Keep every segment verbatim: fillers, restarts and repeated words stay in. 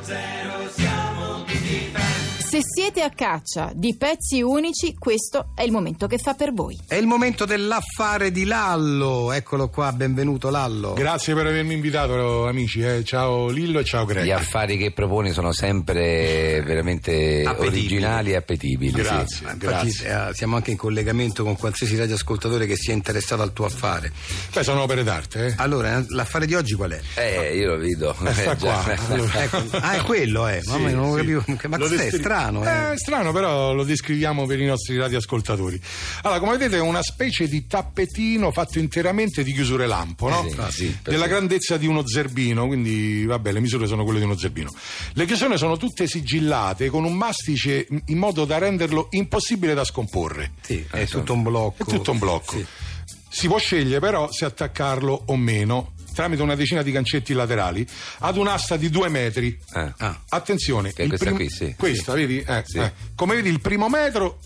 zero siamo tutti fan. Se siete a caccia di pezzi unici, questo è il momento che fa per voi. È il momento dell'affare di Lallo. Eccolo qua, benvenuto Lallo. Grazie per avermi invitato, amici. Eh. Ciao Lillo e ciao Greg. Gli affari che proponi sono sempre veramente Appetibili. originali e appetibili. Grazie, sì. Infatti, grazie. eh, siamo anche in collegamento con qualsiasi radioascoltatore che sia interessato al tuo affare. Beh, sono opere d'arte, eh. Allora, l'affare di oggi qual è? Eh, io lo vedo. Eh, sta Eh, già. qua. Allora, Ecco, ah, è quello, eh. Mamma mia, non lo sì. capivo. Ma Lo cos'è? descri- Strano, eh. Eh, strano, però lo descriviamo per i nostri radioascoltatori. Allora, come vedete, è una specie di tappetino fatto interamente di chiusure lampo, no? Eh sì, Ah, sì, della grandezza di uno zerbino, quindi vabbè, le misure sono quelle di uno zerbino. Le chiusure sono tutte sigillate con un mastice in modo da renderlo impossibile da scomporre. Sì, è tutto un blocco. È tutto un blocco. Sì. Si può scegliere però se attaccarlo o meno tramite una decina di gancetti laterali ad un'asta di due metri. Eh. Ah. Attenzione, Che è il questa prim- qui, sì. questa, vedi? Eh, Sì. eh. Come vedi, il primo metro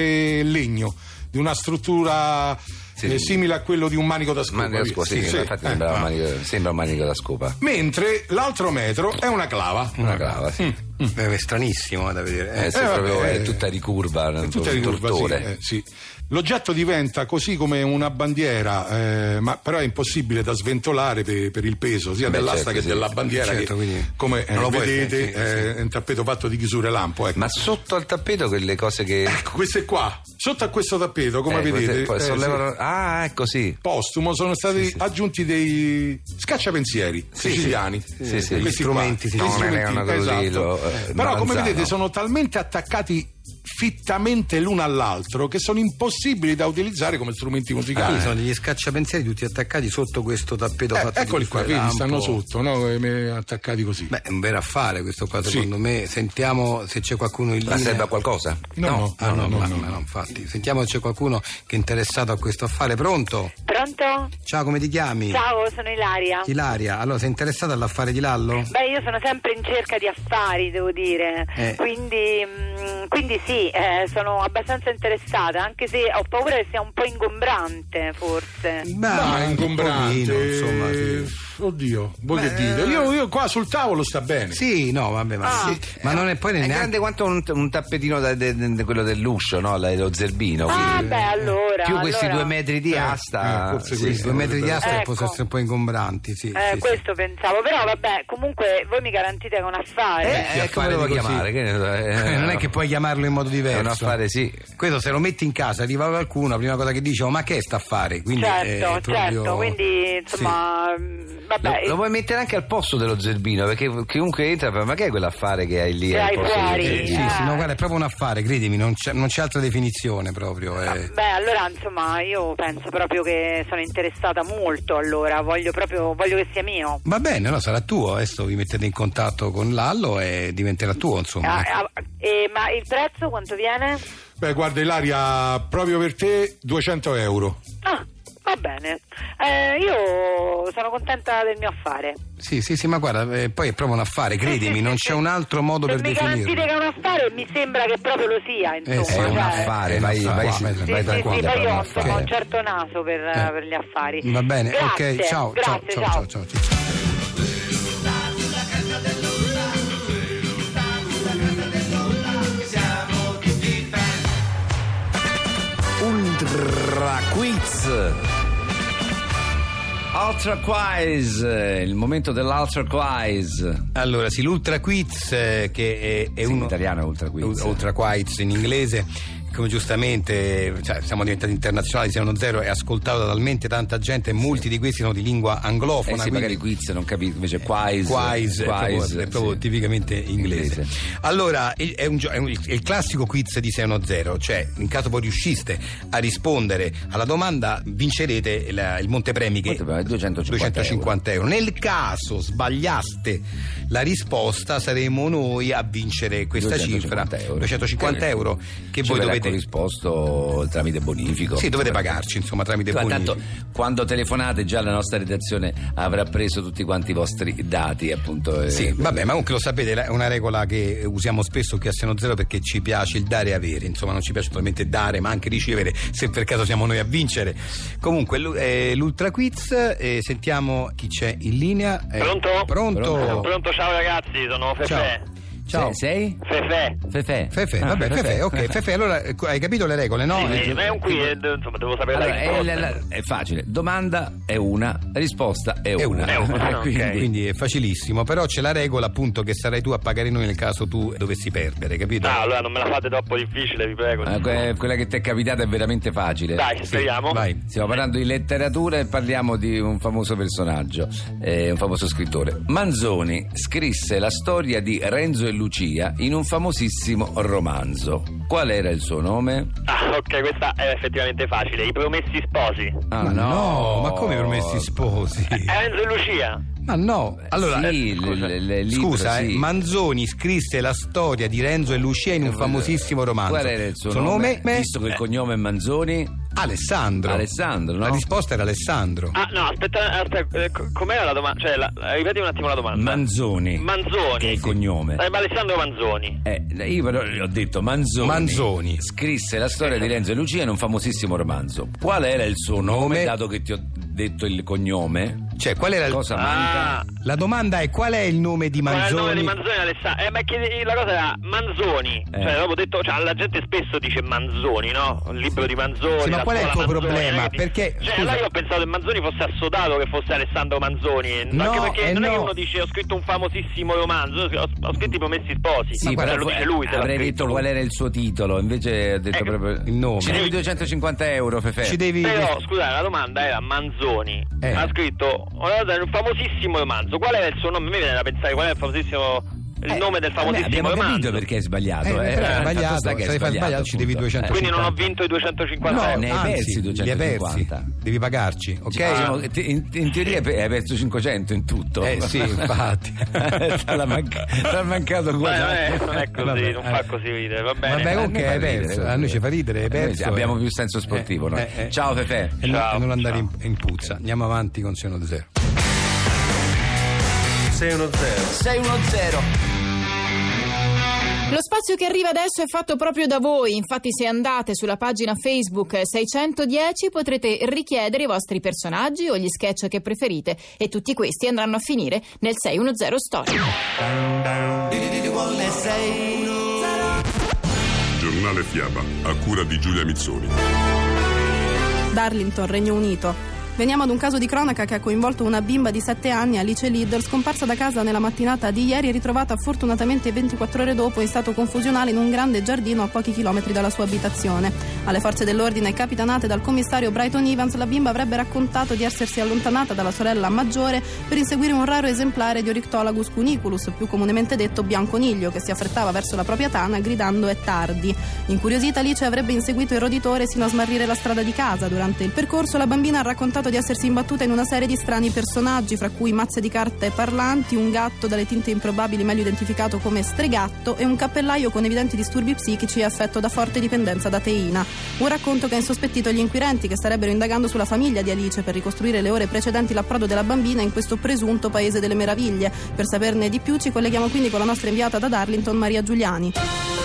è legno di una struttura Sì. eh, simile a quello di un manico da scopa. Manico da vedi? scopa, sì, Sì, infatti eh. sembra, un manico, sembra un manico da scopa. Mentre l'altro metro è una clava. Una clava, sì. Eh, È stranissimo eh, da vedere. Eh, sì, Eh, proprio vabbè, è eh, tutta ricurva, È un tutta di curva, sì, tortore. eh, sì. L'oggetto diventa così come una bandiera, eh, ma però è impossibile da sventolare per, per il peso sia Beh, dell'asta certo, che sì. della bandiera. Certo, che, quindi come eh, non lo puoi vedete, fare, sì, sì. è un tappeto fatto di chiusure lampo. Ecco. Ma sotto al tappeto quelle cose che... Ecco, queste qua, sotto a questo tappeto, come eh, queste vedete, poi eh, sollevano... sì, Ah, ecco, sì. postumo sono stati Sì, sì. aggiunti dei scacciapensieri Sì, siciliani. sì, sì. Questi Gli strumenti, qua, sì. gli No, non strumenti, erano così, esatto. lo- eh, Però come Maranzano. vedete sono talmente attaccati fittamente l'uno all'altro che sono impossibili da utilizzare come strumenti Ah, musicali. sono degli scacciapensieri tutti attaccati sotto questo tappeto Eh, fatto di eccoli qua, chiusure vedi, lampo. stanno sotto, no? Eh, attaccati così. Beh, è un vero affare questo qua, Sì. secondo me. Sentiamo se c'è qualcuno in Ma linea. serve a qualcosa? No, no, Ah, no, no, ma- no, ma no. no, infatti. Sentiamo se c'è qualcuno che è interessato a questo affare. Pronto? Pronto? Ciao, come ti chiami? Ciao, sono Ilaria. Ilaria. Allora, sei interessata all'affare di Lallo? Beh, io sono sempre in cerca di affari, devo dire. Eh. Quindi, mh, quindi sì, eh, sono abbastanza interessata, anche se ho paura che sia un po' ingombrante, forse. Beh, Ma è un ingombrante. pochino, insomma, sì. Oddio, voi Beh, che dite? Io, io qua sul tavolo sta bene. Sì, no, vabbè, ma, Ah. sì, ma non è poi È neanche... grande quanto un, un tappetino da, de, de- de- quello dell'uscio, no? La- Lo zerbino. Ah, quindi- beh, allora. Più questi allora- due metri di Eh, asta. eh, forse sì. questo. Due metri di asta che Ecco. possono essere un po' ingombranti, sì. Eh, sì, sì. questo pensavo, però vabbè, comunque voi mi garantite che è un affare. Eh, eh, come affare devo di così. chiamare? Che ne so, eh, Non è che puoi chiamarlo in modo diverso. È un affare, sì. Questo se lo metti in casa, arriva qualcuno, la prima cosa che dice, oh, ma che è sta affare? Quindi certo, è proprio... certo, quindi insomma, mh, vabbè. Lo, lo vuoi mettere anche al posto dello zerbino, perché chiunque entra, ma che è quell'affare che hai lì Che al hai posto fuori? dello Sì, zerbino? sì, no, guarda, è proprio un affare, credimi, non c'è, non c'è altra definizione proprio. eh. Beh, allora insomma io penso proprio che sono interessata molto, allora voglio proprio voglio che sia mio. Va bene, no, sarà tuo, adesso vi mettete in contatto con Lallo e diventerà tuo, insomma. Ah, ah, eh, ma il prezzo quanto viene? Beh, guarda Ilaria, proprio per te duecento euro. Ah, va bene. Eh, io sono contenta del mio affare. Sì, sì, sì, ma guarda, eh, poi è proprio un affare, credimi, Sì, sì, non sì, c'è sì. un altro modo Se per mi garantite definirlo. che è un affare, mi sembra che proprio lo sia, insomma. sì, È un cioè- affare, È un vai, affare, vai, sì, vai, sì, Sì, vai sì, tranquilla, sì, per poi un io ho affare. insomma un certo naso per, Eh. per gli affari. Va bene, Grazie, ok, ciao, grazie, ciao, ciao, ciao, ciao, ciao. Ultra Quiz. Ultra Quiz, il momento dell'Ultra Quiz. Allora, sì, l'Ultra Quiz, eh, che è, è Sì, in uno... italiano è Ultra Quiz. Ultra Quiz in inglese, come giustamente, cioè, siamo diventati internazionali, sei uno zero, è ascoltato da talmente tanta gente e molti di questi sono di lingua Eh anglofona. sì, quindi- magari quiz non capisco, invece quiz. Quiz, è proprio, è proprio sì. tipicamente inglese. Inglese. Allora, il- è, un, gio- è un- è il classico quiz di sei uno zero, cioè in caso poi riusciste a rispondere alla domanda vincerete la- il montepremi che Montepremi, duecentocinquanta duecentocinquanta euro. Nel caso sbagliaste la risposta saremo noi a vincere questa cifra duecentocinquanta euro. duecentocinquanta euro che Ci voi verrà dovete dovete- corrisposto tramite bonifico. Sì, dovete pagarci, insomma, tramite Ma bonifico. tanto quando telefonate già la nostra redazione avrà preso tutti quanti i vostri dati, appunto. eh, Sì, vabbè, ma comunque lo sapete, è una regola che usiamo spesso qui a Sei uno zero perché ci piace il dare e avere, insomma non ci piace solamente dare ma anche ricevere, se per caso siamo noi a vincere. Comunque l'u- eh, l'Ultra Quiz, eh, sentiamo chi c'è in linea. Eh, Pronto? Pronto? Pronto? Pronto, ciao ragazzi, sono Fefè. Ciao. Se- Sei? Fefè. Fefe. Fefe, Ah, vabbè, Fefe, ok, Fefe, allora eh, hai capito le regole, no? Sì, sì, Eh, ma è un quiz, eh, insomma, devo sapere Allora, la è, risposta. la- la- è facile. Domanda è una, risposta è, È una. una. È una, Quindi, ok. Quindi è facilissimo, però c'è la regola appunto che sarai tu a pagare noi nel caso tu dovessi perdere, capito? Ah, allora non me la fate troppo difficile, vi prego. eh, que- quella che ti è capitata è veramente facile. Dai, speriamo. Vai. Stiamo parlando di letteratura e parliamo di un famoso personaggio, eh, un famoso scrittore. Manzoni scrisse la storia di Renzo e Lucia in un famosissimo romanzo. Qual era il suo nome? Ah, ok, questa è effettivamente facile. I Promessi Sposi. Ah, Ma no, ma come Promessi Sposi? Eh, Enzo e Lucia. Ma no, allora Sì, eh, le- le- le- libro, scusa, sì. eh, Manzoni scrisse la storia di Renzo e Lucia in un famosissimo romanzo. Qual era il suo, nome? nome? Visto che il cognome è Manzoni, Alessandro. Alessandro, no? La risposta era Alessandro. Ah, no, aspetta, aspetta eh, co- com'era la domanda? Cioè, la, la- ripeti un attimo la domanda. Manzoni. Manzoni. Che è il cognome. Eh, ma Alessandro Manzoni. Eh, io però gli ho detto Manzoni. Manzoni. Scrisse la storia di Renzo e Lucia in un famosissimo romanzo. Qual era il suo nome, Nome? dato che ti ho detto il cognome? Cioè, qual era il... Cosa Ah, manca? La domanda è qual è il nome di qual è il nome Manzoni? di Manzoni Alessandro? Eh, ma che la cosa era Manzoni. Eh. Cioè, dopo detto, cioè, la gente spesso dice Manzoni, no? Il libro di Manzoni. Sì, ma la qual è il scuola tuo Manzoni, problema? non è che- Perché, Cioè, scusa- allora io ho pensato che Manzoni fosse assodato che fosse Alessandro Manzoni. No, Anche perché eh non è che no. uno dice ho scritto un famosissimo romanzo, ho, ho scritto I Promessi Sposi. Sì, Ma però lo fu- dice lui. se l'ha avrei scritto detto lui. qual era il suo titolo, invece ha detto Ecco, proprio il nome. Ci devi duecentocinquanta euro, Fefe. Ci devi... Però, scusate, la domanda era Manzoni. Eh. Ha scritto un famosissimo romanzo. Qual era il suo nome? A me viene da pensare qual è il famosissimo. Il Eh, nome del famosissimo abbiamo romanzo. capito perché è sbagliato. Eh, eh. però è Fatto sbagliato, sta che è se hai fatto sbagliato ci devi appunto. duecento. Quindi non ho vinto i duecentocinquanta No, euro. ne hai anzi, persi li hai duecentocinquanta. persi. Devi pagarci, ok? Eh, diciamo che te- in, in teoria hai perso cinquecento in tutto. Eh sì, infatti. T'ha manca- t'ha mancato Beh, quasi. eh, non è così, Vabbè, non eh. fa così ridere, va bene. Vabbè, a comunque me fa hai ridere, perso. fa A noi ci fa ridere. ridere, hai Eh, perso. abbiamo eh. più senso sportivo, Eh, noi. eh, eh. Ciao Fefe. E no- Ciao, e non andare in, ciao. in puzza. Andiamo avanti con Sei uno zero. sei uno zero. sei uno zero. Lo spazio che arriva adesso è fatto proprio da voi, infatti se andate sulla pagina Facebook seicentodieci potrete richiedere i vostri personaggi o gli sketch che preferite e tutti questi andranno a finire nel sei uno zero Story. Giornale Fiaba, a cura di Giulia Mizzoni. Darlington, Regno Unito. Veniamo ad un caso di cronaca che ha coinvolto una bimba di sette anni, Alice Liddell, scomparsa da casa nella mattinata di ieri e ritrovata fortunatamente ventiquattro ore dopo in stato confusionale in un grande giardino a pochi chilometri dalla sua abitazione. Alle forze dell'ordine capitanate dal commissario Brighton Evans, la bimba avrebbe raccontato di essersi allontanata dalla sorella maggiore per inseguire un raro esemplare di Oryctolagus cuniculus, più comunemente detto bianconiglio, che si affrettava verso la propria tana gridando "è tardi". Incuriosita, Alice avrebbe inseguito il roditore sino a smarrire la strada di casa. Durante il percorso la bambina ha raccontato di essersi imbattuta in una serie di strani personaggi, fra cui mazze di carte parlanti, un gatto dalle tinte improbabili meglio identificato come Stregatto e un cappellaio con evidenti disturbi psichici e affetto da forte dipendenza da teina. Un racconto che ha insospettito gli inquirenti, che starebbero indagando sulla famiglia di Alice per ricostruire le ore precedenti l'approdo della bambina in questo presunto paese delle meraviglie. Per saperne di più ci colleghiamo quindi con la nostra inviata da Darlington, Maria Giuliani.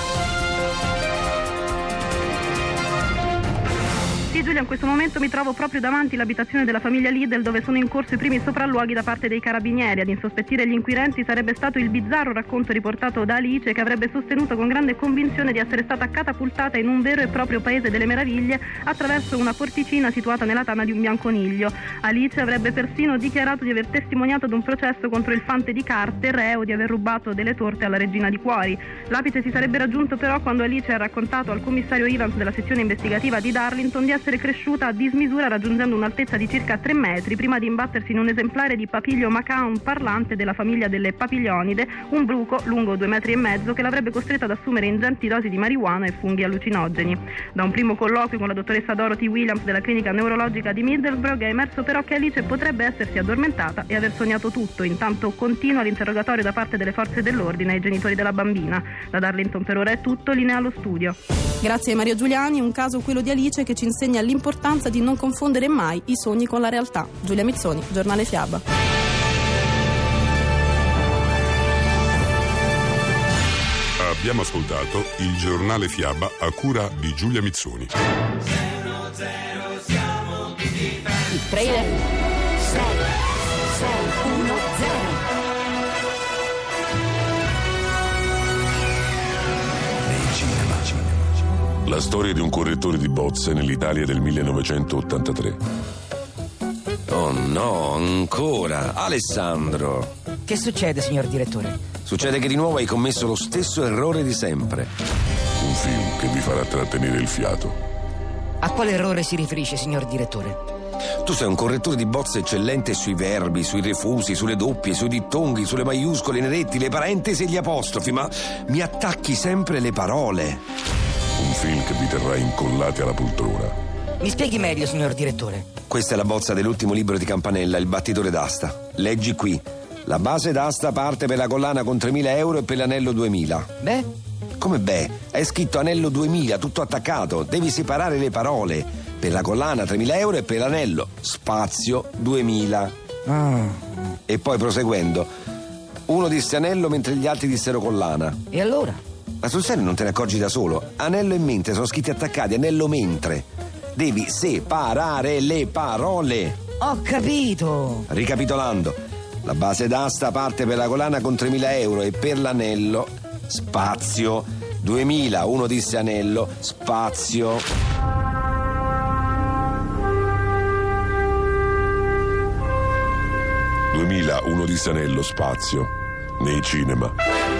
Sì, Giulia, in questo momento mi trovo proprio davanti all'abitazione della famiglia Liddell, dove sono in corso i primi sopralluoghi da parte dei carabinieri. Ad insospettire gli inquirenti sarebbe stato il bizzarro racconto riportato da Alice, che avrebbe sostenuto con grande convinzione di essere stata catapultata in un vero e proprio paese delle meraviglie attraverso una porticina situata nella tana di un bianconiglio. Alice avrebbe persino dichiarato di aver testimoniato ad un processo contro il fante di carte, reo di aver rubato delle torte alla regina di cuori. L'apice si sarebbe raggiunto però quando Alice ha raccontato al commissario Evans della sezione investigativa di Darlington di essere essere cresciuta a dismisura raggiungendo un'altezza di circa tre metri prima di imbattersi in un esemplare di Papilio macaon parlante della famiglia delle papilioniide, un bruco lungo due metri e mezzo che l'avrebbe costretta ad assumere ingenti dosi di marijuana e funghi allucinogeni. Da un primo colloquio con la dottoressa Dorothy Williams della clinica neurologica di Middlesbrough è emerso però che Alice potrebbe essersi addormentata e aver sognato tutto. Intanto continua l'interrogatorio da parte delle forze dell'ordine ai genitori della bambina. Da Darlington per ora è tutto, linea allo studio. Grazie a Mario Giuliani, un caso quello di Alice che ci insegna l'importanza di non confondere mai i sogni con la realtà. Giulia Mizzoni, Giornale Fiaba. Abbiamo ascoltato il Giornale Fiaba a cura di Giulia Mizzoni. zero zero siamo tutti fan. Il trailer. sei sei uno zero. La storia di un correttore di bozze nell'Italia del millenovecentottantatré. Oh no, ancora. Alessandro. Che succede, signor direttore? Succede che di nuovo hai commesso lo stesso errore di sempre. Un film che vi farà trattenere il fiato. A quale errore si riferisce, signor direttore? Tu sei un correttore di bozze eccellente sui verbi, sui refusi, sulle doppie, sui dittonghi, sulle maiuscole, i neretti, le parentesi e gli apostrofi, ma mi attacchi sempre le parole. Un film che vi terrà incollati alla poltrona. Mi spieghi meglio, signor direttore. Questa è la bozza dell'ultimo libro di Campanella, Il battitore d'asta. Leggi qui. La base d'asta parte per la collana con tremila euro e per l'anello duemila. Beh? Come beh? È scritto anello duemila, tutto attaccato. Devi separare le parole. Per la collana tremila euro e per l'anello spazio duemila. Ah. E poi proseguendo. Uno disse anello mentre gli altri dissero collana. E allora? Ma sul serio non te ne accorgi da solo? Anello e mentre sono scritti attaccati, anello mentre. Devi separare le parole. Ho capito. Ricapitolando, la base d'asta parte per la collana con tremila euro e per l'anello spazio duemila. Uno disse anello spazio. duemila, uno disse anello spazio. Nei cinema.